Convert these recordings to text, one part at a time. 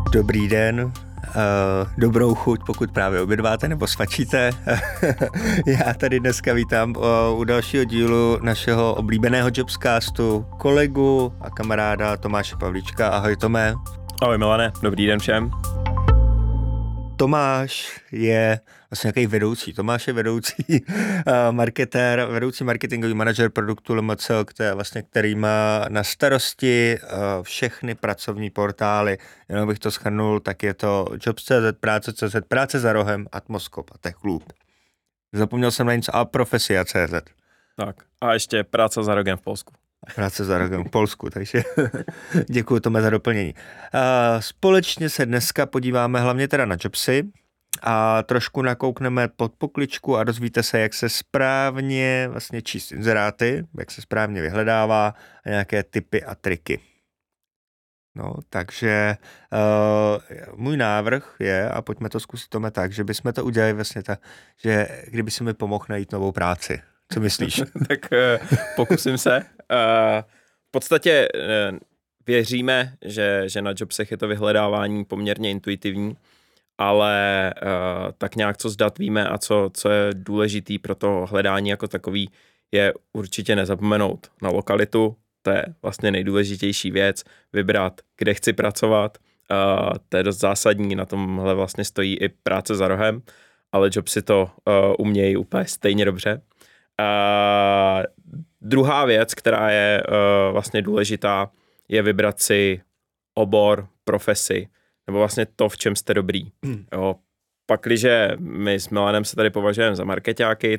Dobrý den, dobrou chuť, pokud právě obědváte nebo svačíte. Já tady dneska vítám u dalšího dílu našeho oblíbeného Jobscastu kolegu a kamaráda Tomáše Pavlíčka. Ahoj Tome. Ahoj Milane, dobrý den všem. Tomáš je vlastně nějaký vedoucí. Tomáš je vedoucí marketér, vedoucí marketingový manažer produktu LMC, který má na starosti všechny pracovní portály. Jenom bych to shrnul, tak je to Jobs.cz, Práce.cz, Práce za rohem, Atmoskop a TechLoop. Zapomněl jsem na něco a Profesia.cz. Tak a ještě Práce za rohem v Polsku. Práce za rohem v Polsku, takže děkuji Tome za doplnění. Společně se dneska podíváme hlavně teda na Jobsy a trošku nakoukneme pod pokličku a dozvíte se, jak se správně vlastně číst inzeráty, jak se správně vyhledává a nějaké tipy a triky. No, takže můj návrh je, a pojďme to zkusit Tome tak, že bychom to udělali vlastně tak, že kdyby si mi pomohl najít novou práci. Co myslíš? Tak pokusím se. V podstatě věříme, že na Jobsech je to vyhledávání poměrně intuitivní, ale tak nějak co z dat víme a co je důležitý pro to hledání jako takový, je určitě nezapomenout na lokalitu. To je vlastně nejdůležitější věc, vybrat, kde chci pracovat. To je dost zásadní, na tomhle vlastně stojí i Práce za rohem, ale Jobsy to umějí úplně stejně dobře. Druhá věc, která je vlastně důležitá, je vybrat si obor, profesi, nebo vlastně to, v čem jste dobrý. Jo. Pakliže my s Milanem se tady považujeme za markeťáky,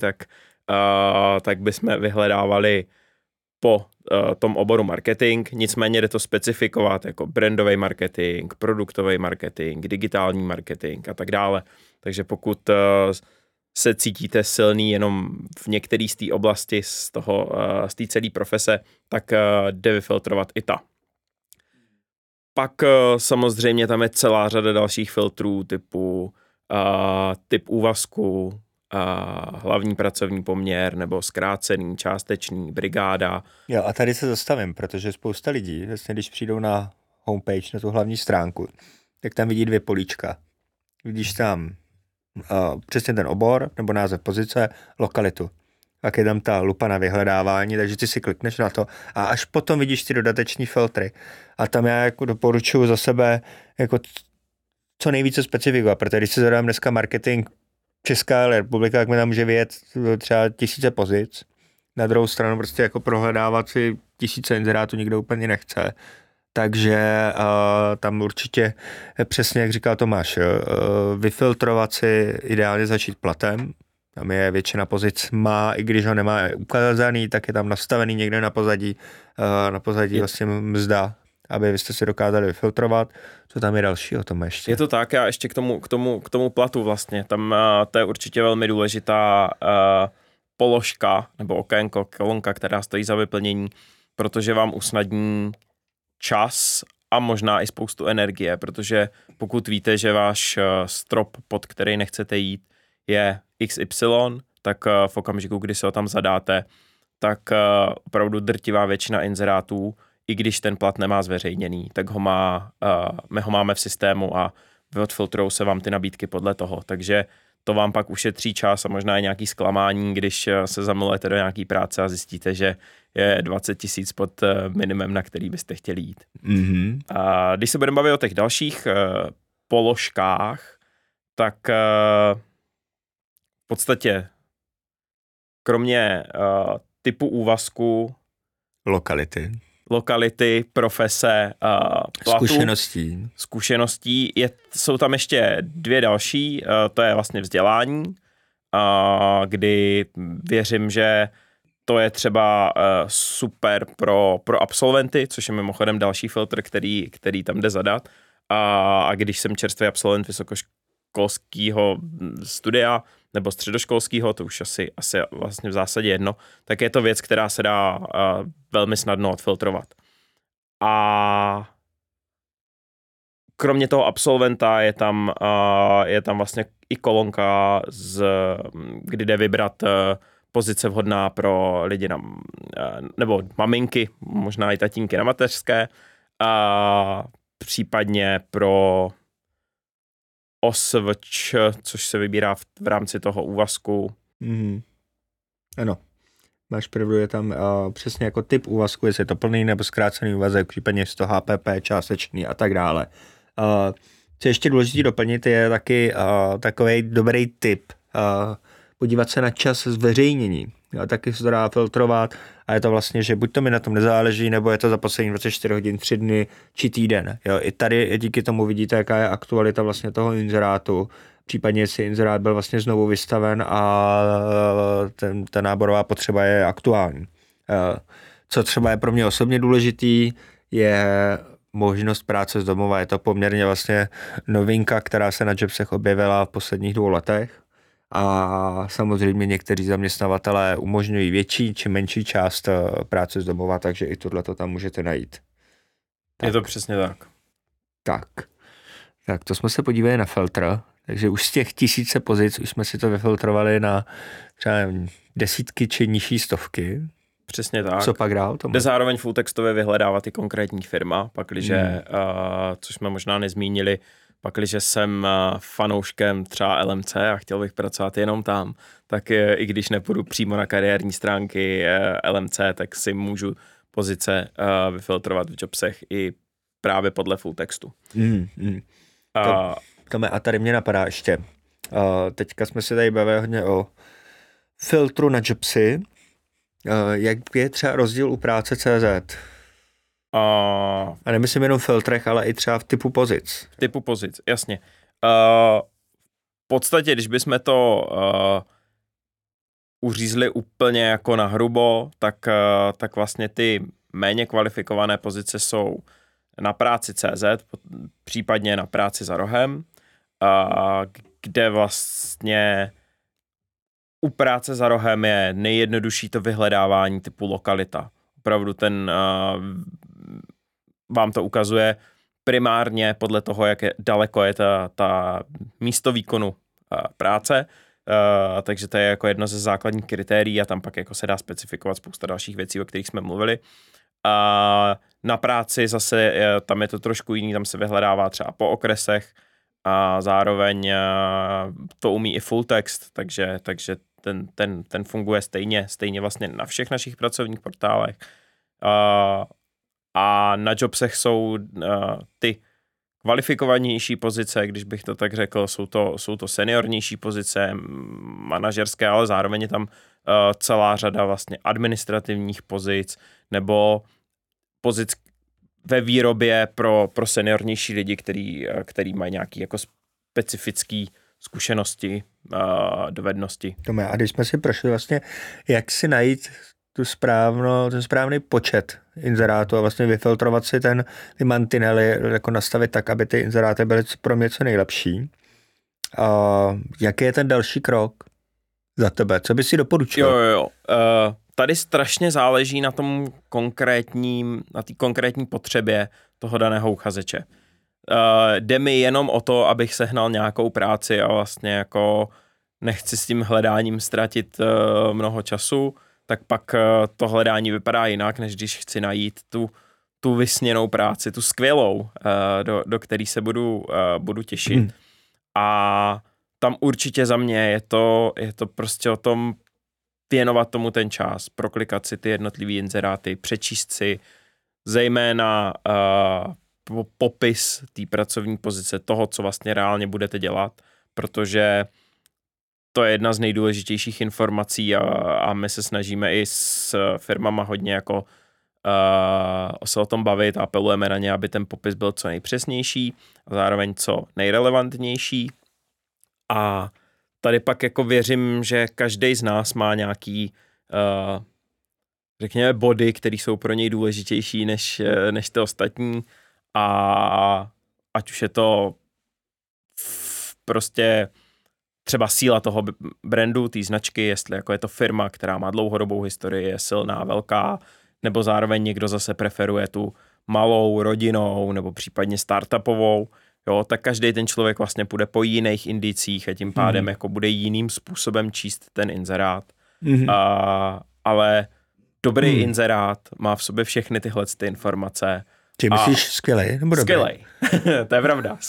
tak bychom vyhledávali po tom oboru marketing, nicméně jde to specifikovat jako brandový marketing, produktový marketing, digitální marketing a tak dále. Takže pokud se cítíte silný jenom v některé z té oblasti z té celé profese, tak jde vyfiltrovat i ta. Pak samozřejmě tam je celá řada dalších filtrů typu typ úvazku, hlavní pracovní poměr nebo zkrácený, částečný, brigáda. Jo, a tady se zastavím, protože spousta lidí, vlastně když přijdou na homepage, na tu hlavní stránku, tak tam vidí dvě políčka. Vidíš tam přesně ten obor nebo název pozice, lokalitu. Tak je tam ta lupa na vyhledávání, takže ty si klikneš na to a až potom vidíš ty dodateční filtry. A tam já jako doporučuji za sebe jako co nejvíce specifikovat, protože když si zadám dneska marketing Česká republika, jak mi tam může vyjet třeba 1000 pozic. Na druhou stranu prostě jako prohledávat si 1000 inzerátů nikdo úplně nechce. Takže tam určitě přesně, jak říkal Tomáš, vyfiltrovat si ideálně začít platem. Tam je většina pozic má, i když ho nemá ukázaný, tak je tam nastavený někde na pozadí vlastně mzda, aby vy jste si dokázali vyfiltrovat. Co tam je další o tom ještě? Je to tak, a ještě k tomu platu vlastně. Tam to je určitě velmi důležitá položka nebo okénko, kolonka, která stojí za vyplnění, protože vám usnadní čas a možná i spoustu energie, protože pokud víte, že váš strop, pod který nechcete jít, je XY, tak v okamžiku, kdy se ho tam zadáte, tak opravdu drtivá většina inzerátů, i když ten plat nemá zveřejněný, tak my ho máme v systému a odfiltrujou se vám ty nabídky podle toho, takže to vám pak ušetří čas a možná i nějaký zklamání, když se zamilujete do nějaký práce a zjistíte, že je 20 000 pod minimem, na který byste chtěli jít. Mm-hmm. A když se budeme bavit o těch dalších položkách, tak v podstatě kromě typu úvazku, lokality, profese, platu, zkušeností jsou tam ještě dvě další, to je vlastně vzdělání, kdy věřím, že to je třeba super pro absolventy, což je mimochodem další filtr, který tam jde zadat. A když jsem čerstvý absolvent vysokoškolského studia nebo středoškolského, to už asi vlastně v zásadě jedno, tak je to věc, která se dá velmi snadno odfiltrovat. A kromě toho absolventa je tam vlastně i kolonka, kdy jde vybrat pozice vhodná pro lidi nebo maminky, možná i tatínky na mateřské. případně pro OSVČ, což se vybírá v rámci toho úvazku. Ano. Máš pravdu, je tam přesně jako typ úvazku, jestli je to plný nebo zkrácený úvazek, případně jestli to HPP, částečný a tak dále. Co ještě důležité doplnit, je taky takový dobrý tip. Podívat se na čas zveřejnění. Taky se to dá filtrovat a je to vlastně, že buď to mi na tom nezáleží, nebo je to za poslední 24 hodin, 3 dny či týden. Jo, i tady díky tomu vidíte, jaká je aktualita vlastně toho inzerátu. Případně, jestli inzerát byl vlastně znovu vystaven a ta náborová potřeba je aktuální. Co třeba je pro mě osobně důležitý, je možnost práce z domova. Je to poměrně vlastně novinka, která se na Jobsech objevila v posledních 2 letech. A samozřejmě někteří zaměstnavatelé umožňují větší či menší část práce z domova, takže i tohleto tam můžete najít. Tak. Je to přesně tak. Tak to jsme se podívali na filtr. Takže už z těch 1000 pozic už jsme si to vyfiltrovali na třeba desítky či nižší stovky. Přesně tak. Co pak dál? Jde zároveň full textově vyhledávat i konkrétní firma, pakliže, což jsme možná nezmínili, pakliže jsem fanouškem třeba LMC a chtěl bych pracovat jenom tam, tak i když nepůjdu přímo na kariérní stránky LMC, tak si můžu pozice vyfiltrovat v Jobsech i právě podle full textu. Tome, a tady mě napadá ještě. Teďka jsme si tady bavili hodně o filtru na Jobsy. Jak je třeba rozdíl u práce CZ? A nemyslím jenom v filtrech, ale i třeba v typu pozic. V typu pozic, jasně. V podstatě, když bychom to uřízli úplně jako na hrubo, tak vlastně ty méně kvalifikované pozice jsou na práci CZ, případně na práci za rohem, kde vlastně u práce za rohem je nejjednodušší to vyhledávání typu lokalita. Opravdu ten vám to ukazuje primárně podle toho, jak daleko je ta místo výkonu práce, takže to je jako jedno ze základních kritérií a tam pak jako se dá specifikovat spousta dalších věcí, o kterých jsme mluvili. Na práci zase tam je to trošku jiný, tam se vyhledává třeba po okresech a zároveň to umí i full text, takže ten funguje stejně vlastně na všech našich pracovních portálech. A na Jobsech jsou ty kvalifikovanější pozice, když bych to tak řekl, jsou to seniornější pozice, manažerské, ale zároveň je tam celá řada vlastně administrativních pozic nebo pozic ve výrobě pro seniornější lidi, který mají nějaký jako specifický zkušenosti, dovednosti. Tome, a když jsme si prošli vlastně, jak si najít ten správný počet inzerátů a vlastně vyfiltrovat si ty mantinely, jako nastavit tak, aby ty inzeráty byly pro mě co nejlepší. Jaký je ten další krok za tebe? Co bys si doporučil? Jo. Tady strašně záleží na té konkrétní potřebě toho daného uchazeče. Jde mi jenom o to, abych sehnal nějakou práci a vlastně jako nechci s tím hledáním ztratit mnoho času, tak pak to hledání vypadá jinak, než když chci najít tu vysněnou práci, tu skvělou, do které se budu těšit. A tam určitě za mě je to prostě o tom věnovat tomu ten čas, proklikat si ty jednotlivý inzeráty, přečíst si zejména popis té pracovní pozice, toho, co vlastně reálně budete dělat, protože to je jedna z nejdůležitějších informací a my se snažíme i s firmama hodně jako se o tom bavit a apelujeme na ně, aby ten popis byl co nejpřesnější a zároveň co nejrelevantnější. A tady pak jako věřím, že každý z nás má nějaký řekněme body, které jsou pro něj důležitější než ty ostatní a ať už je to prostě třeba síla toho brandu, té značky, jestli jako je to firma, která má dlouhodobou historii, je silná, velká, nebo zároveň někdo zase preferuje tu malou, rodinnou, nebo případně startupovou, jo, tak každý ten člověk vlastně půjde po jiných indicích a tím pádem jako bude jiným způsobem číst ten inzerát. Ale dobrý inzerát má v sobě všechny tyhle ty informace Ty myslíš skvělej nebo dobrý? Skvělej, to je pravda.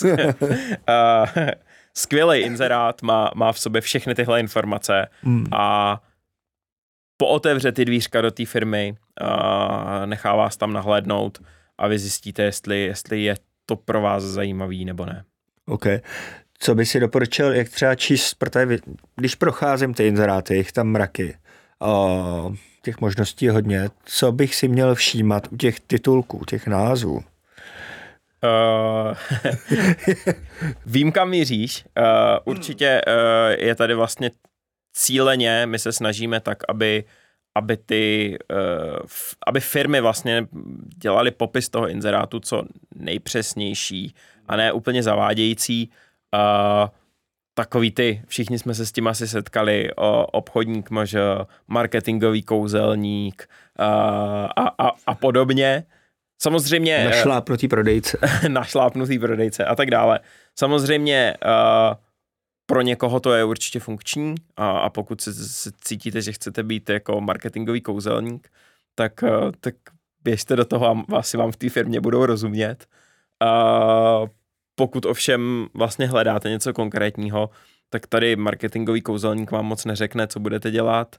Skvělej inzerát má v sobě všechny tyhle informace a pootevře ty dvířka do té firmy, nechá vás tam nahlédnout a vy zjistíte, jestli je to pro vás zajímavý nebo ne. OK. Co by si doporučil, jak třeba číst, protože když procházím ty inzeráty, jich tam mraky, těch možností je hodně, co bych si měl všímat u těch titulků, těch názvů? Vím, kam míříš. Určitě je tady vlastně cíleně, my se snažíme tak, aby firmy vlastně dělaly popis toho inzerátu co nejpřesnější a ne úplně zavádějící. Takový všichni jsme se s tím asi setkali, obchodník, marketingový kouzelník a podobně. Samozřejmě... Našlápnutý prodejce. Našlápnutý prodejce a tak dále. Samozřejmě pro někoho to je určitě funkční a pokud se cítíte, že chcete být jako marketingový kouzelník, tak běžte do toho a asi vám v té firmě budou rozumět. Pokud ovšem vlastně hledáte něco konkrétního, tak tady marketingový kouzelník vám moc neřekne, co budete dělat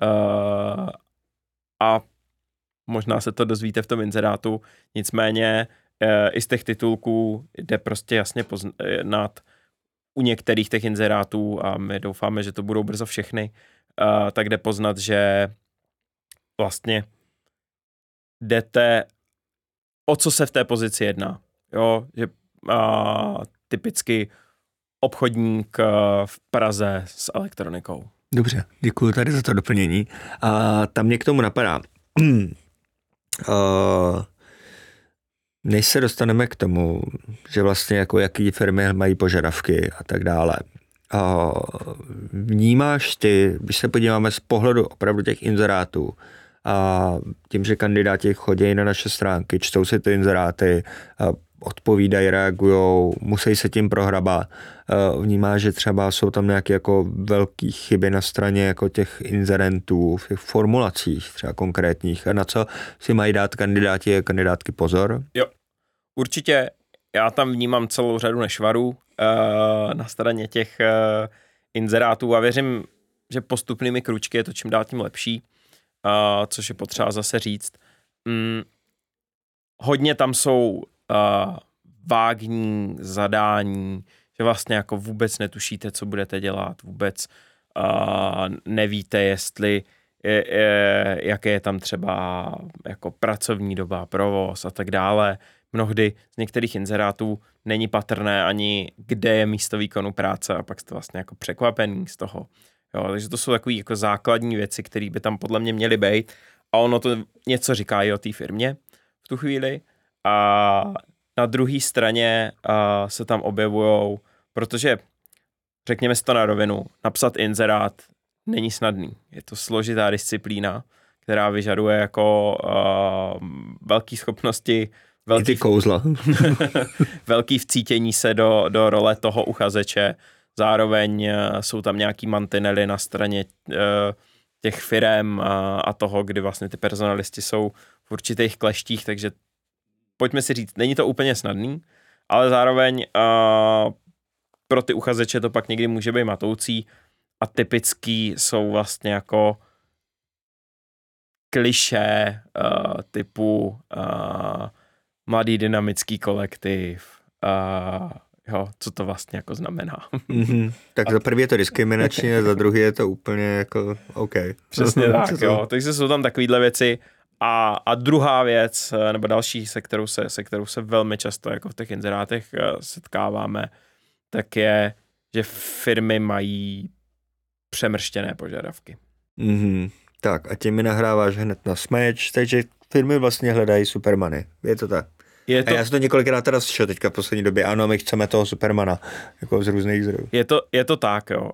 a možná se to dozvíte v tom inzerátu, nicméně i z těch titulků jde prostě jasně poznat u některých těch inzerátů a my doufáme, že to budou brzo všechny, tak jde poznat, že vlastně jdete, o co se v té pozici jedná. Jo, že typicky obchodník v Praze s elektronikou. Dobře, děkuji tady za to doplnění. A tam mě k tomu napadá. Než se dostaneme k tomu, že vlastně jako jaký firmy mají požadavky a tak dále. Vnímáš ty, když se podíváme z pohledu opravdu těch inzerátů a tím, že kandidáti chodí na naše stránky, čtou si ty inzeráty, odpovídají, reagujou, musí se tím prohrabat. Vnímáš, že třeba jsou tam nějaké jako velké chyby na straně jako těch inzerentů, v těch formulacích třeba konkrétních a na co si mají dát kandidáti a kandidátky pozor? Jo, určitě já tam vnímám celou řadu nešvarů na straně těch inzerátů a věřím, že postupnými kručky je to čím dál tím lepší, což je potřeba zase říct. Hodně tam jsou vágní zadání, že vlastně jako vůbec netušíte, co budete dělat, vůbec nevíte, jestli jaké je tam třeba jako pracovní doba, provoz a tak dále. Mnohdy z některých inzerátů není patrné ani, kde je místo výkonu práce a pak jste vlastně jako překvapený z toho. Jo, takže to jsou takové jako základní věci, které by tam podle mě měly být a ono to něco říká i o té firmě v tu chvíli. A na druhé straně se tam objevujou, protože řekněme si to na rovinu, napsat inzerát není snadný. Je to složitá disciplína, která vyžaduje jako velké schopnosti, ty kouzla. velký vcítění se do role toho uchazeče. Zároveň jsou tam nějaký mantinely na straně těch firem a toho, kdy vlastně ty personalisti jsou v určitých kleštích, takže pojďme si říct, není to úplně snadný, ale zároveň pro ty uchazeče to pak někdy může být matoucí a typický jsou vlastně jako klišé typu mladý dynamický kolektiv, jo, co to vlastně jako znamená. Tak za prvý je to diskriminační a za druhý je to úplně jako OK. Přesně tak, jo, takže jsou tam takovýhle věci. A druhá věc, nebo další, se kterou se velmi často jako v těch inzerátech setkáváme, tak je, že firmy mají přemrštěné požadavky. Tak a tím mi nahráváš hned na smeč, takže firmy vlastně hledají Supermany. Je to tak? A já jsem to několikrát teda slyšel teďka v poslední době. Ano, my chceme toho Supermana, jako z různých zdrojů. Je to tak, jo.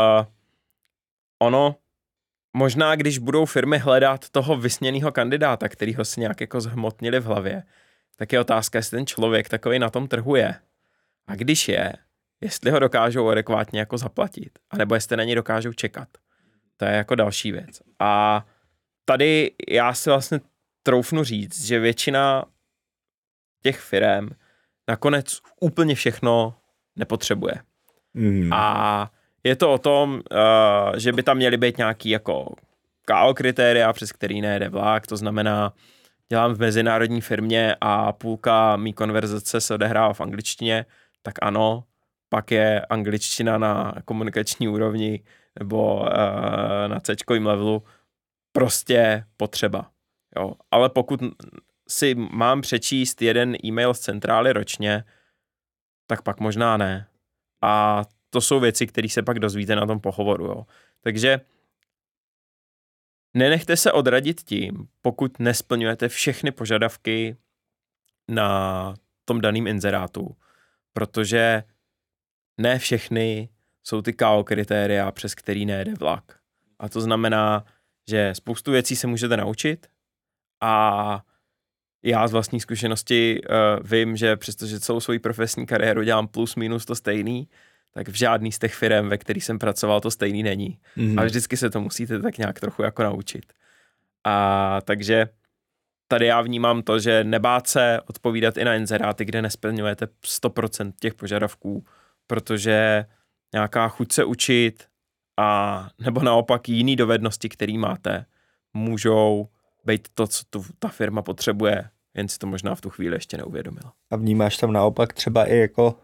Ono, možná když budou firmy hledat toho vysněného kandidáta, kterýho si nějak jako zhmotnili v hlavě, tak je otázka, jestli ten člověk takový na tom trhu je. A když je, jestli ho dokážou adekvátně jako zaplatit, anebo jestli na něj dokážou čekat. To je jako další věc. A tady já si vlastně troufnu říct, že většina těch firem nakonec úplně všechno nepotřebuje. A je to o tom, že by tam měly být nějaký jako KO kritéria, přes který nejede vlak, to znamená, dělám v mezinárodní firmě a půlka mý konverzace se odehrává v angličtině, tak ano, pak je angličtina na komunikační úrovni nebo na C-čkovým levelu prostě potřeba. Jo. Ale pokud si mám přečíst jeden e-mail z centrály ročně, tak pak možná ne. A to jsou věci, které se pak dozvíte na tom pohovoru. Jo. Takže nenechte se odradit tím, pokud nesplňujete všechny požadavky na tom daném inzerátu, protože ne všechny jsou ty KO kritéria, přes který nejede vlak. A to znamená, že spoustu věcí se můžete naučit a já z vlastní zkušenosti vím, že přestože celou svou profesní kariéru dělám plus minus to stejný, tak v žádný z těch firm, ve kterých jsem pracoval, to stejný není. A vždycky se to musíte tak nějak trochu jako naučit. A takže tady já vnímám to, že nebát se odpovídat i na inzeráty, kde nesplňujete 100% těch požadavků, protože nějaká chuť se učit a nebo naopak jiný dovednosti, který máte, můžou být to, co ta firma potřebuje, jen si to možná v tu chvíli ještě neuvědomila. A vnímáš tam naopak třeba i jako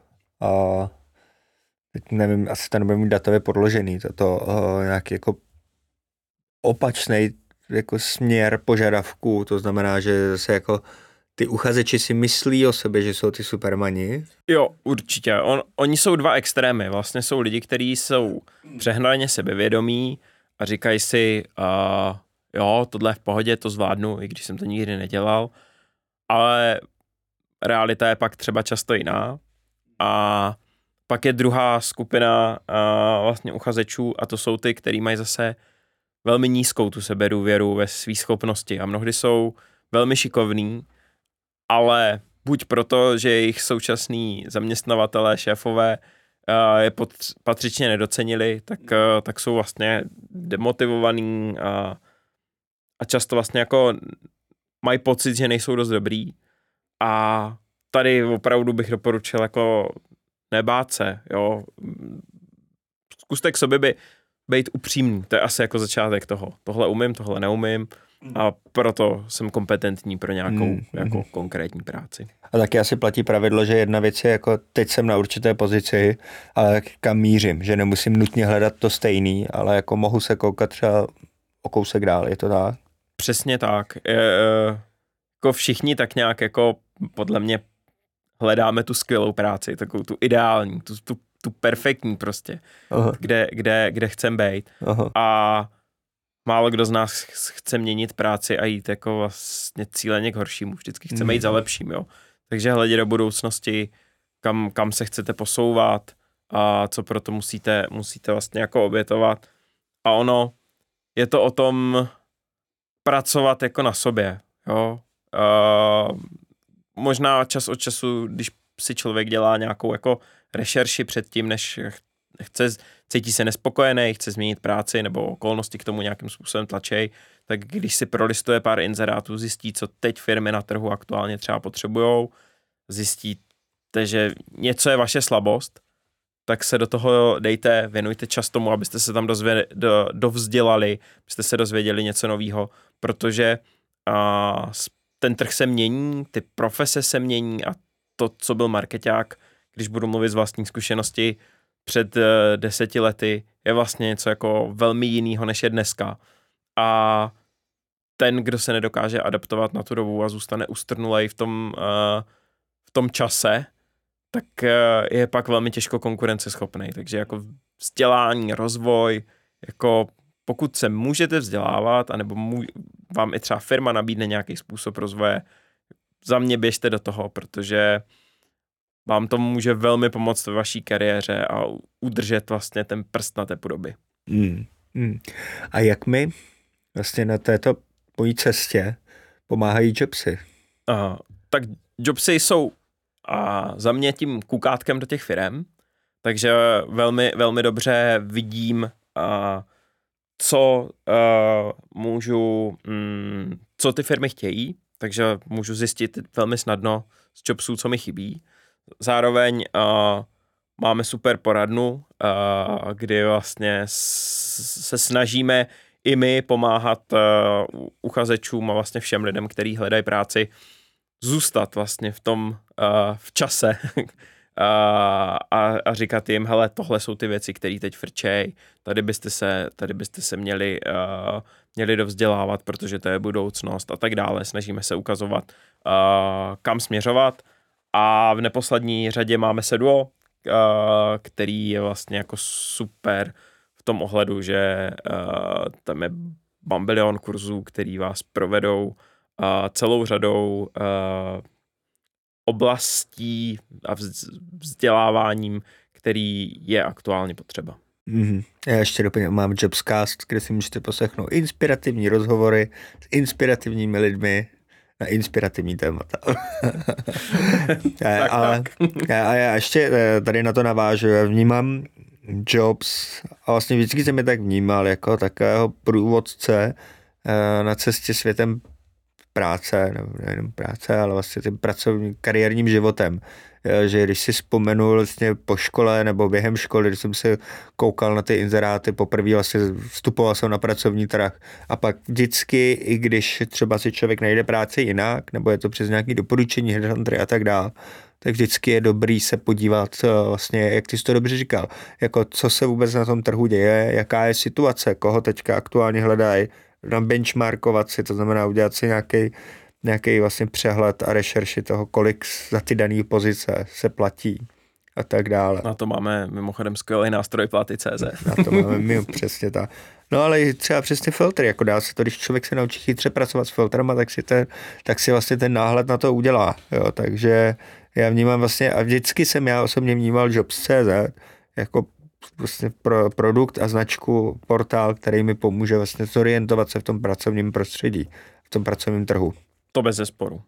teď nevím, asi to nebude mít datově podložený, nějaký jako opačný jako směr požadavků, to znamená, že zase jako ty uchazeči si myslí o sobě, že jsou ty supermani. Jo, určitě. Oni jsou dva extrémy. Vlastně jsou lidi, kteří jsou přehnaně sebevědomí a říkají si, jo, tohle je v pohodě, to zvládnu, i když jsem to nikdy nedělal, ale realita je pak třeba často jiná. A pak je druhá skupina vlastně uchazečů a to jsou ty, kteří mají zase velmi nízkou tu sebedůvěru ve své schopnosti a mnohdy jsou velmi šikovní, ale buď proto, že jejich současní zaměstnavatelé, šéfové je patřičně nedocenili, tak jsou vlastně demotivovaní a často vlastně jako mají pocit, že nejsou dost dobrý. A tady opravdu bych doporučil jako nebát se, jo. Zkuste k sobě být upřímný, to je asi jako začátek toho. Tohle umím, tohle neumím a proto jsem kompetentní pro nějakou jako konkrétní práci. A taky asi platí pravidlo, že jedna věc je jako teď jsem na určité pozici, ale kam mířím, že nemusím nutně hledat to stejný, ale jako mohu se koukat třeba o kousek dál, je to tak? Přesně tak. Jako všichni tak nějak jako podle mě hledáme tu skvělou práci, takovou tu ideální, tu perfektní prostě, kde chcem být. A málo kdo z nás chce měnit práci a jít jako vlastně cíleně k horšímu. Vždycky chceme jít za lepším, jo. Takže hledět do budoucnosti, kam se chcete posouvat a co proto musíte vlastně jako obětovat. A ono, je to o tom pracovat jako na sobě, jo. Možná čas od času, když si člověk dělá nějakou jako rešerši před tím, než cítí se nespokojený, chce změnit práci nebo okolnosti k tomu nějakým způsobem tlačej, tak když si prolistuje pár inzerátů, zjistí, co teď firmy na trhu aktuálně třeba potřebujou, zjistíte, že něco je vaše slabost, tak se do toho dejte, věnujte čas tomu, abyste se tam dovzdělali, abyste se dozvěděli něco nového, protože ten trh se mění, ty profese se mění a to, co byl markeťák, když budu mluvit z vlastní zkušenosti před 10 lety, je vlastně něco jako velmi jinýho, než je dneska. A ten, kdo se nedokáže adaptovat na tu dobu a zůstane ustrnulej v tom čase, tak je pak velmi těžko konkurenceschopný. Takže jako vzdělání, rozvoj, jako pokud se můžete vzdělávat, anebo vám i třeba firma nabídne nějaký způsob rozvoje, za mě běžte do toho, protože vám to může velmi pomoct ve vaší kariéře a udržet vlastně ten prst na té podobě. A jak mi vlastně na této mojí cestě pomáhají jobsy? Tak jobsy jsou za mě tím kukátkem do těch firem, takže velmi, velmi dobře vidím, co můžu, co ty firmy chtějí, takže můžu zjistit velmi snadno z jobsů, co mi chybí. Zároveň máme super poradnu, kdy vlastně se snažíme i my pomáhat uchazečům a vlastně všem lidem, kteří hledají práci, zůstat vlastně v čase a říkat jim, hele, tohle jsou ty věci, které teď frčej, tady byste se měli dovzdělávat, protože to je budoucnost a tak dále. Snažíme se ukazovat, kam směřovat. A v neposlední řadě máme Seduo, který je vlastně jako super v tom ohledu, že tam je bambilion kurzů, který vás provedou celou řadou oblastí a vzděláváním, který je aktuálně potřeba. Mm-hmm. Já ještě doplním, mám Jobscast, kde si můžete poslechnout inspirativní rozhovory s inspirativními lidmi na inspirativní témata. A já ještě tady na to navážu. Já vnímám Jobs a vlastně vždycky jsem je tak vnímal jako takového průvodce na cestě světem práce, nebo nejenom práce, ale vlastně tím pracovním kariérním životem. Že když si vzpomenu vlastně po škole nebo během školy, když jsem se koukal na ty inzeráty, poprvé vlastně vstupoval jsem na pracovní trh a pak vždycky, i když třeba si člověk najde práci jinak, nebo je to přes nějaké doporučení, headhuntery a tak dále, tak vždycky je dobrý se podívat vlastně, jak ty jsi to dobře říkal, jako co se vůbec na tom trhu děje, jaká je situace, koho teďka aktuálně hledají, benchmarkovat si, to znamená udělat si nějaký vlastně přehled a rešerši toho, kolik za ty dané pozice se platí a tak dále. Na to máme mimochodem skvělý nástroj Platy.cz. Na to máme přesně tak. No ale i třeba přes ty filtry, jako dá se to, když člověk se naučí chytře pracovat s filtrama, tak si vlastně ten náhled na to udělá. Jo, takže já vnímám vlastně, a vždycky jsem já osobně vnímal Jobs.cz jako vlastně produkt a značku, portál, který mi pomůže vlastně zorientovat se v tom pracovním prostředí, v tom pracovním trhu. To bez zesporu.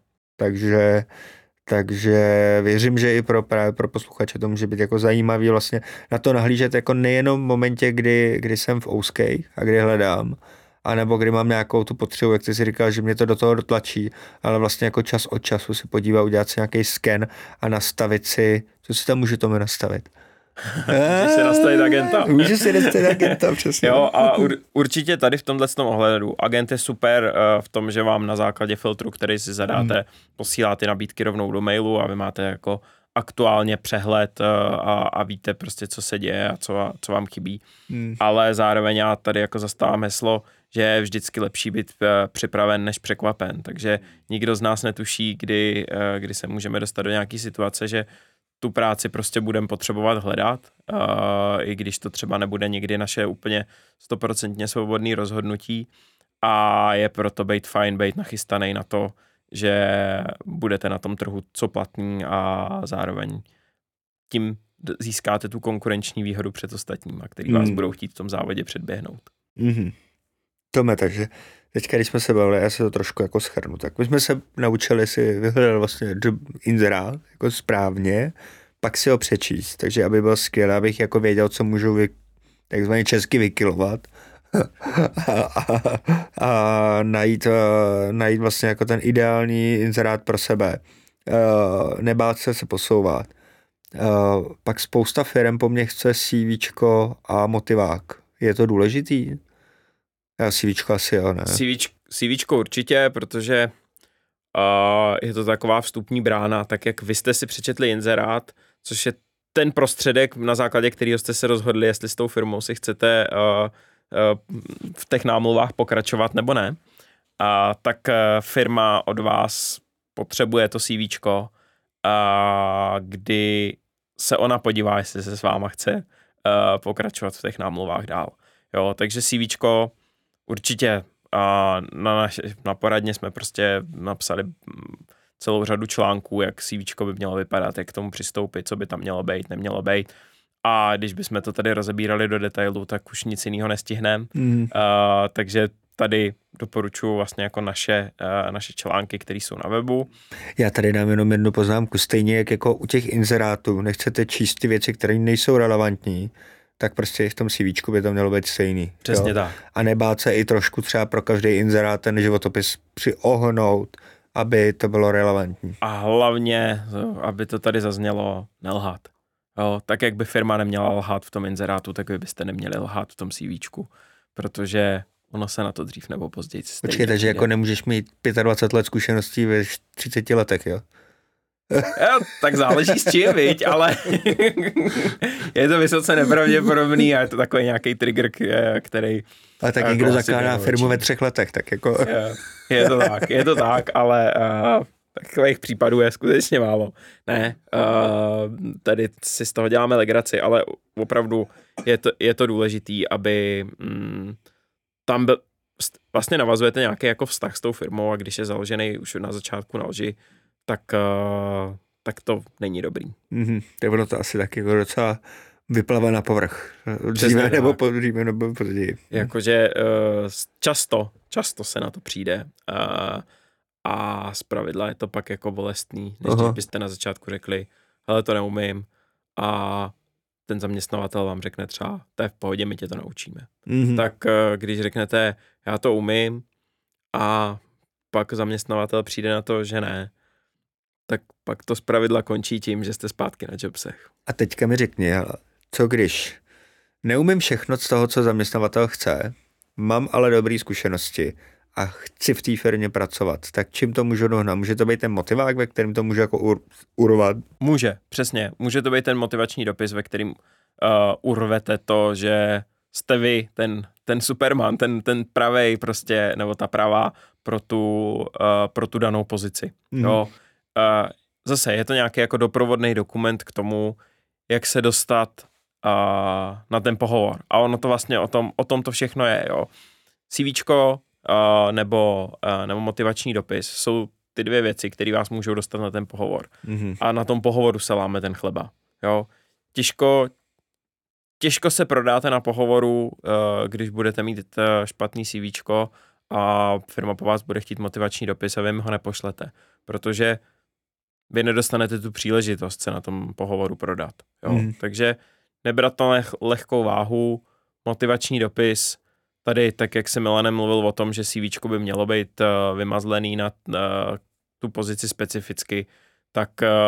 Takže věřím, že i právě pro posluchače to může být jako zajímavý vlastně na to nahlížet jako nejenom v momentě, kdy jsem v ouskej a kdy hledám, anebo kdy mám nějakou tu potřebu, jak ty si říkal, že mě to do toho dotlačí, ale vlastně jako čas od času si podívat, udělat si nějaký sken a nastavit si, co si tam může tomu nastavit. Můžeš si nastavit agenta. Můžeš si nastavit agenta, přesně. Jo, a určitě tady v tomhle ohledu agent je super v tom, že vám na základě filtru, který si zadáte, posílá ty nabídky rovnou do mailu a vy máte jako aktuálně přehled a víte prostě, co se děje a co vám chybí. Ale zároveň já tady jako zastávám heslo, že je vždycky lepší být připraven než překvapen. Takže nikdo z nás netuší, kdy se můžeme dostat do nějaké situace, že tu práci prostě budeme potřebovat hledat, i když to třeba nebude někdy naše úplně 100% svobodné rozhodnutí a je proto být fajn, být nachystaný na to, že budete na tom trhu co platný a zároveň tím získáte tu konkurenční výhodu před ostatníma, který vás budou chtít v tom závodě předběhnout. Tome, takže teďka, když jsme se bavili, já se to trošku jako shrnu, tak my jsme se naučili si vyhledat vlastně inzerát jako správně, pak si ho přečíst, takže aby byl skvělý, abych jako věděl, co můžu takzvaně česky vykilovat a najít vlastně jako ten ideální inzerát pro sebe. Nebát se posouvat. Pak spousta firem po mně chce CVčko a motivák. Je to důležitý? CVčko asi jo, ne? CVčko určitě, protože je to taková vstupní brána, tak jak vy jste si přečetli inzerát, což je ten prostředek, na základě kterého jste se rozhodli, jestli s tou firmou si chcete v těch námluvách pokračovat nebo ne, tak firma od vás potřebuje to CVčko, kdy se ona podívá, jestli se s váma chce pokračovat v těch námluvách dál. Jo, takže CVčko určitě na poradně jsme prostě napsali celou řadu článků, jak CVčko by mělo vypadat, jak k tomu přistoupit, co by tam mělo být, nemělo být. A když bychom to tady rozebírali do detailu, tak už nic jiného nestihneme. Takže tady doporučuji vlastně jako naše články, které jsou na webu. Já tady dám jenom jednu poznámku. Stejně jak jako u těch inzerátů nechcete číst ty věci, které nejsou relevantní, tak prostě v tom CVčku by to mělo být stejný. Přesně tak. A nebát se i trošku třeba pro každý inzerát ten životopis přiohnout aby to bylo relevantní. A hlavně, aby to tady zaznělo, nelhat. Jo, tak jak by firma neměla lhát v tom inzerátu, tak vy byste neměli lhát v tom CVčku, protože ono se na to dřív nebo později stejně Počkej, takže přijde. jako nemůžeš mít 25 let zkušeností ve 30 letech, jo? Jo, tak záleží s čím, viď, ale je to vysoce nepravděpodobný a je to takový nějaký trigger, který... Ale tak někdo zakládá firmu ve 3 letech, tak jako... Je to tak, ale takových případů je skutečně málo. Ne, tady si z toho děláme legraci, ale opravdu je to důležitý, aby tam byl, vlastně navazujete nějaký jako vztah s tou firmou a když je založený už na začátku na lži, tak to není dobrý. Tak ono to asi taky jako docela vyplave na povrch. Dříve nebo později. Jakože často se na to přijde a zpravidla je to pak jako bolestný, než když byste na začátku řekli, hele, to neumím a ten zaměstnavatel vám řekne třeba, to je v pohodě, my tě to naučíme. Tak když řeknete, já to umím a pak zaměstnavatel přijde na to, že ne, tak pak to zpravidla končí tím, že jste zpátky na jobsech. A teďka mi řekni, co když neumím všechno z toho, co zaměstnavatel chce, mám ale dobré zkušenosti a chci v té firmě pracovat, tak čím to můžu dohnat? Může to být ten motivák, ve kterém to můžu jako urvat? Může, přesně. Může to být ten motivační dopis, ve kterým urvete to, že jste vy, ten Superman, ten pravej prostě, nebo ta pravá pro tu danou pozici. Jo. Zase je to nějaký jako doprovodný dokument k tomu, jak se dostat na ten pohovor. A ono to vlastně o tom to všechno je, jo. CVčko nebo motivační dopis jsou ty 2 věci, které vás můžou dostat na ten pohovor. A na tom pohovoru se láme ten chleba, jo. Těžko se prodáte na pohovoru, když budete mít špatný CVčko a firma po vás bude chtít motivační dopis a vy mi ho nepošlete, protože vy nedostanete tu příležitost se na tom pohovoru prodat. Jo? Takže nebrat to lehkou váhu, motivační dopis, tady tak, jak se Milanem mluvil o tom, že CVčko by mělo být vymazlený na tu pozici specificky, tak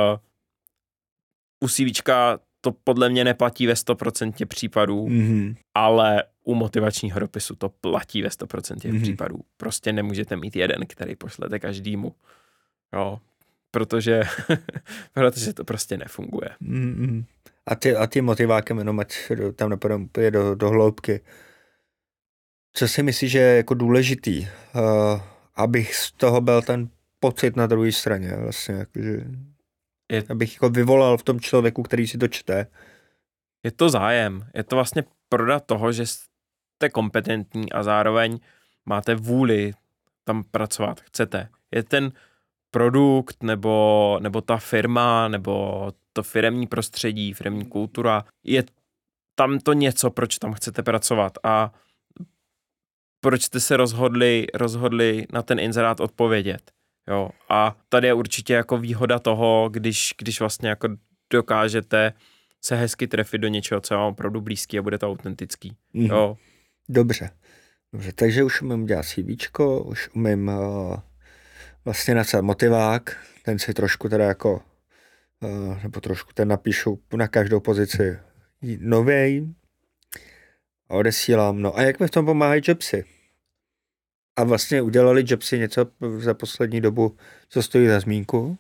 u CVčka to podle mě neplatí ve 100% případů, ale u motivačního dopisu to platí ve 100% případů. Prostě nemůžete mít jeden, který pošlete každému. Jo, protože to prostě nefunguje. A ty motivákem, jenom ať tam napadám úplně do hloubky. Co si myslíš, že je jako důležitý, abych z toho byl ten pocit na druhé straně, vlastně, jakože, abych jako vyvolal v tom člověku, který si to čte. Je to zájem, je to vlastně prodat toho, že jste kompetentní a zároveň máte vůli tam pracovat, chcete. Je ten produkt nebo ta firma nebo to firemní prostředí, firemní kultura, je tam to něco, proč tam chcete pracovat a proč jste se rozhodli na ten inzerát odpovědět. Jo. A tady je určitě jako výhoda toho, když vlastně jako dokážete se hezky trefit do něčeho, co je vám opravdu blízký a bude to autentický. Jo. Dobře, takže už umím dělat CVčko, už umím vlastně napsat motivák, ten si trošku teda jako, nebo trošku ten napíšu na každou pozici nověj a odesílám. No a jak mi v tom pomáhají jobsy? A vlastně udělali jobsy něco za poslední dobu, co stojí za zmínku?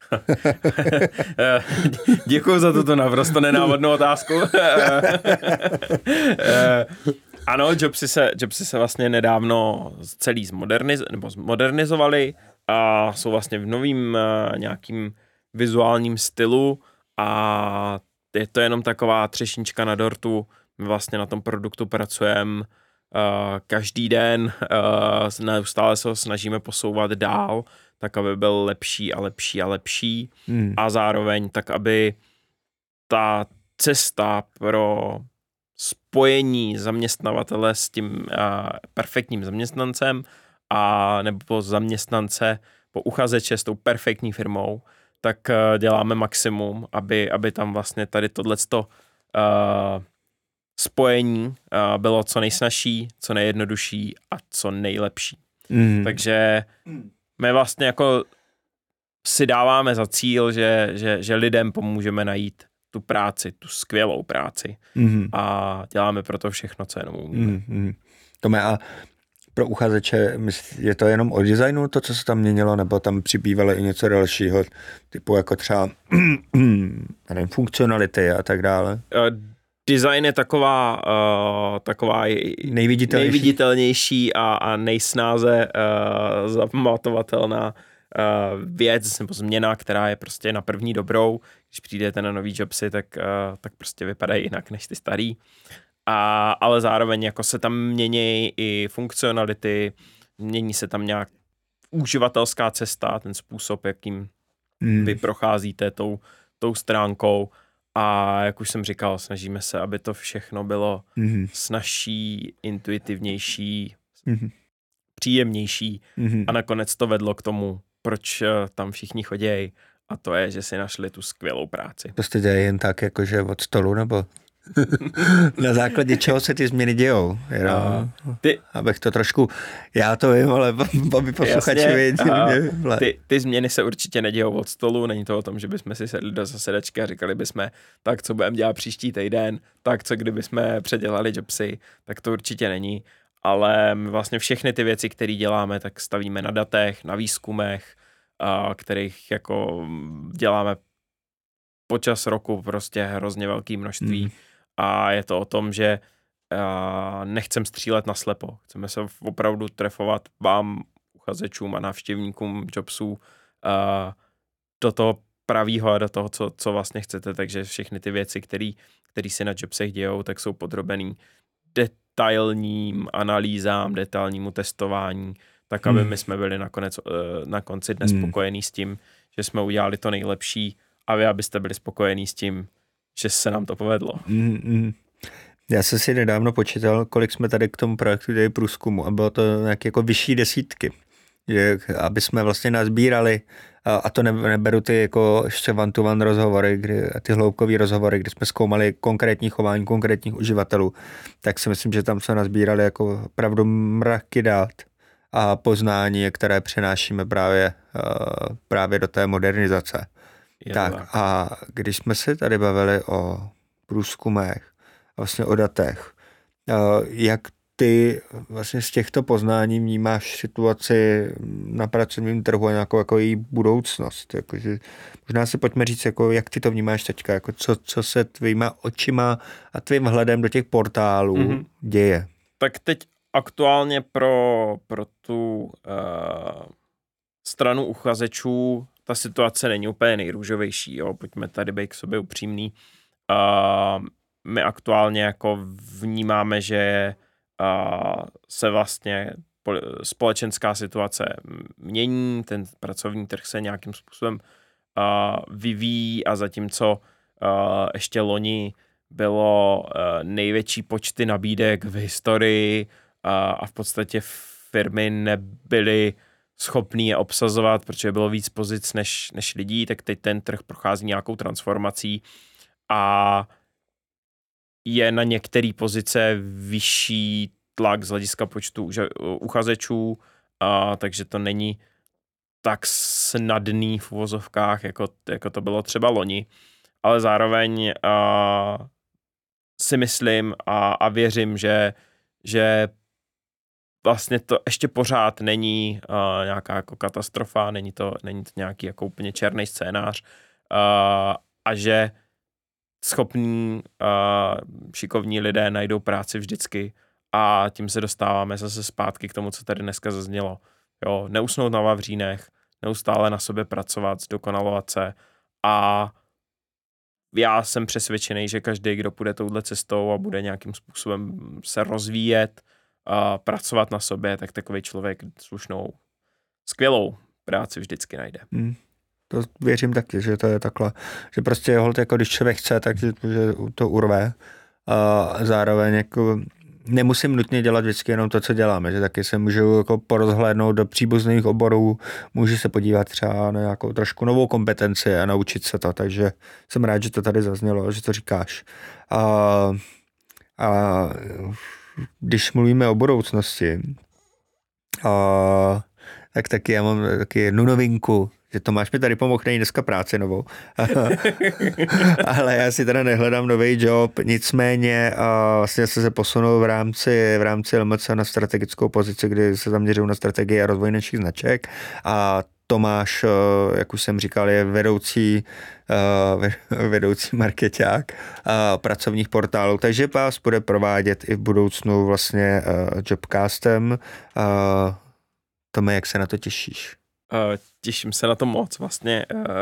Děkuji za tuto naprosto nenávodnou otázku. Ano, jobsy se vlastně nedávno celý zmodernizovali a jsou vlastně v novým nějakým vizuálním stylu a je to jenom taková třešnička na dortu. My vlastně na tom produktu pracujeme každý den, neustále se ho snažíme posouvat dál, tak aby byl lepší a lepší a lepší a zároveň tak, aby ta cesta pro spojení zaměstnavatele s tím perfektním zaměstnancem a nebo zaměstnance po uchazeče s tou perfektní firmou, tak děláme maximum, aby tam vlastně tady tohleto spojení bylo co nejsnažší, co nejjednodušší a co nejlepší. Takže my vlastně jako si dáváme za cíl, že lidem pomůžeme najít tu práci, tu skvělou práci a děláme pro to všechno, co jenom umíme. Tome, a pro uchazeče je to jenom o designu, to, co se tam měnilo, nebo tam přibývalo i něco dalšího, typu jako třeba nevím, funkcionality a tak dále? Design je taková nejviditelnější a nejsnáze zapamatovatelná věc nebo změna, která je prostě na první dobrou. Když přijdete na nový jobsy, tak prostě vypadají jinak než ty starý. Ale zároveň jako se tam mění i funkcionality, mění se tam nějak uživatelská cesta, ten způsob, jakým vy procházíte tou stránkou. A jak už jsem říkal, snažíme se, aby to všechno bylo snazší, intuitivnější, příjemnější a nakonec to vedlo k tomu, proč tam všichni chodějí, a to je, že si našli tu skvělou práci. To jste dělají jen tak, jakože od stolu, nebo na základě čeho se ty změny dějou? Abych to trošku, já to vím, ale aby posluchači věděli. Ty změny se určitě nedějou od stolu, není to o tom, že bychom si sedli do zasedačky a říkali bychom, tak co budeme dělat příští týden, tak co kdybychom předělali jobsy, tak to určitě není. Ale my vlastně všechny ty věci, které děláme, tak stavíme na datech, na výzkumech, kterých jako děláme počas roku prostě hrozně velké množství. A je to o tom, že nechcem střílet na slepo. Chceme se opravdu trefovat vám, uchazečům a návštěvníkům jobsů do toho pravýho a do toho, co vlastně chcete. Takže všechny ty věci, které si na jobsech dějou, tak jsou podrobený detailním analýzám, detailnímu testování, tak aby my jsme byli na konci dnes spokojení s tím, že jsme udělali to nejlepší a vy, abyste byli spokojení s tím, že se nám to povedlo. Já jsem si nedávno počítal, kolik jsme tady k tomu projektu dělali průzkumu a bylo to nějaké jako vyšší desítky, že aby jsme vlastně nazbírali, a to neberu ty jako ještě one-to-one rozhovory, ty hloubkový rozhovory, kdy jsme zkoumali konkrétní chování konkrétních uživatelů, tak si myslím, že tam se nazbírali jako opravdu mraky dat a poznání, které přenášíme právě do té modernizace. Tak a když jsme se tady bavili o průzkumech, vlastně o datech, jak ty vlastně z těchto poznání vnímáš situaci na pracovním trhu a nějakou jako její budoucnost? Jakože, možná si pojďme říct, jako, jak ty to vnímáš teďka, jako co se tvýma očima a tvým hledem do těch portálů děje? Tak teď aktuálně pro tu stranu uchazečů ta situace není úplně nejrůžovější, jo? Pojďme tady být k sobě upřímný. My aktuálně jako vnímáme, že se vlastně společenská situace mění, ten pracovní trh se nějakým způsobem vyvíjí a zatímco ještě loni bylo největší počty nabídek v historii a v podstatě firmy nebyly schopný je obsazovat, protože bylo víc pozic než lidí, tak teď ten trh prochází nějakou transformací a je na některé pozice vyšší tlak z hlediska počtu uchazečů, takže to není tak snadný v uvozovkách, jako to bylo třeba loni, ale zároveň si myslím a věřím, že vlastně to ještě pořád není nějaká jako katastrofa, není to nějaký jako úplně černý scénář a že schopní šikovní lidé najdou práci vždycky a tím se dostáváme zase zpátky k tomu, co tady dneska zaznělo. Jo, neusnout na vavřínech, neustále na sobě pracovat, zdokonalovat se a já jsem přesvědčený, že každý, kdo půjde touhle cestou a bude nějakým způsobem se rozvíjet, pracovat na sobě, tak takový člověk slušnou, skvělou práci vždycky najde. To věřím taky, že to je takhle, že prostě holt, jako když člověk chce, tak že to urve a zároveň jako nemusím nutně dělat vždycky jenom to, co děláme, že taky se můžu jako porozhlédnout do příbuzných oborů, můžu se podívat třeba na nějakou trošku novou kompetenci a naučit se to, takže jsem rád, že to tady zaznělo, že to říkáš. A když mluvíme o budoucnosti, tak taky já mám taky jednu novinku, že Tomáš mi tady pomohl najít dneska práci novou. Ale já si teda nehledám nový job, nicméně vlastně se posunul v rámci LMC na strategickou pozici, kdy se zaměřují na strategii a rozvoj našich značek a Tomáš, jak už jsem říkal, je vedoucí markeťák pracovních portálů, takže vás bude provádět i v budoucnu vlastně Jobcastem. Tome, jak se na to těšíš? Těším se na to moc. Vlastně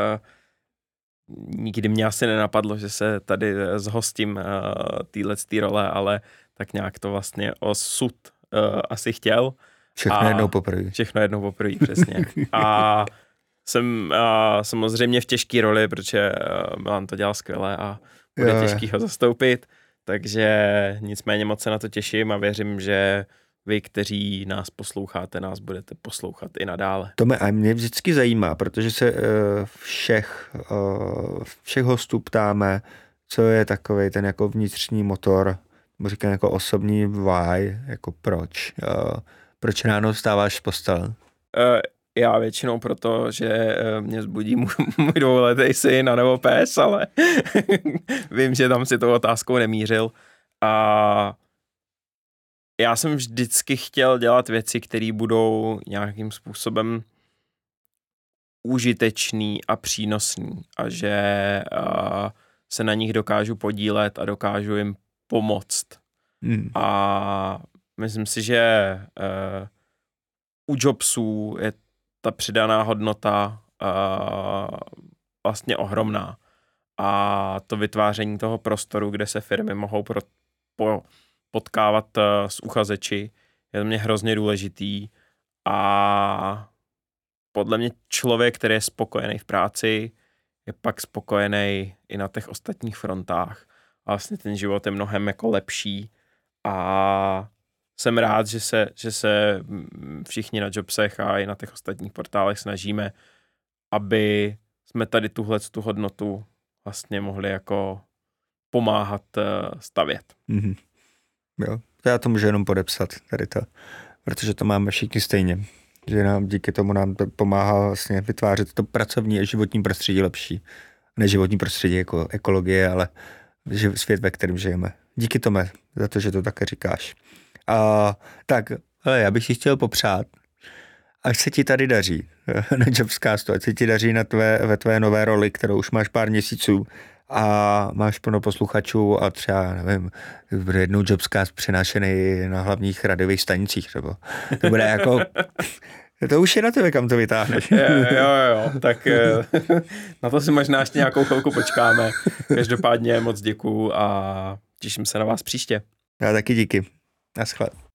nikdy mě asi nenapadlo, že se tady zhostím téhletý role, ale tak nějak to vlastně osud asi chtěl. Všechno jednou poprvé. Všechno jednou poprvé, přesně. A jsem samozřejmě v těžké roli, protože Milan to dělal skvěle a bude těžký ho zastoupit, takže nicméně moc se na to těším a věřím, že vy, kteří nás posloucháte, nás budete poslouchat i nadále. Tome, a mě vždycky zajímá, protože se všech hostů ptáme, co je takovej ten jako vnitřní motor, nebo říkám jako osobní why, jako proč. Proč ráno vstáváš z postele? Já většinou proto, že mě zbudí můj dvouletý syn nebo pes, ale vím, že tam si tou otázkou nemířil. A já jsem vždycky chtěl dělat věci, které budou nějakým způsobem užitečný a přínosný a že se na nich dokážu podílet a dokážu jim pomoct. A myslím si, že u Jobsů je ta přidaná hodnota vlastně ohromná. A to vytváření toho prostoru, kde se firmy mohou potkávat s uchazeči, je to mě hrozně důležitý. A podle mě člověk, který je spokojený v práci, je pak spokojený i na těch ostatních frontách. A vlastně ten život je mnohem jako lepší. A jsem rád, že se všichni na Jobsech a i na těch ostatních portálech snažíme, aby jsme tady tu hodnotu vlastně mohli jako pomáhat stavět. Mm-hmm. Jo, já to můžu jenom podepsat tady to, protože to máme všichni stejně. Že díky tomu nám to pomáhá vlastně vytvářet to pracovní a životní prostředí lepší. Ne životní prostředí jako ekologie, ale svět, ve kterém žijeme. Díky tomu, za to, že to také říkáš. Tak, hele, já bych si chtěl popřát, ať se ti tady daří na Jobscastu, ať se ti daří ve tvé nové roli, kterou už máš pár měsíců a máš plno posluchačů a třeba, nevím, bude jednou Jobscast přenášený na hlavních rádiových stanicích třeba. To bude jako... To už je na tebe, kam to vytáhneš. Jo, tak na to si možná ještě nějakou chvilku počkáme. Každopádně moc děkuju a těším se na vás příště. Já taky díky. Naschle.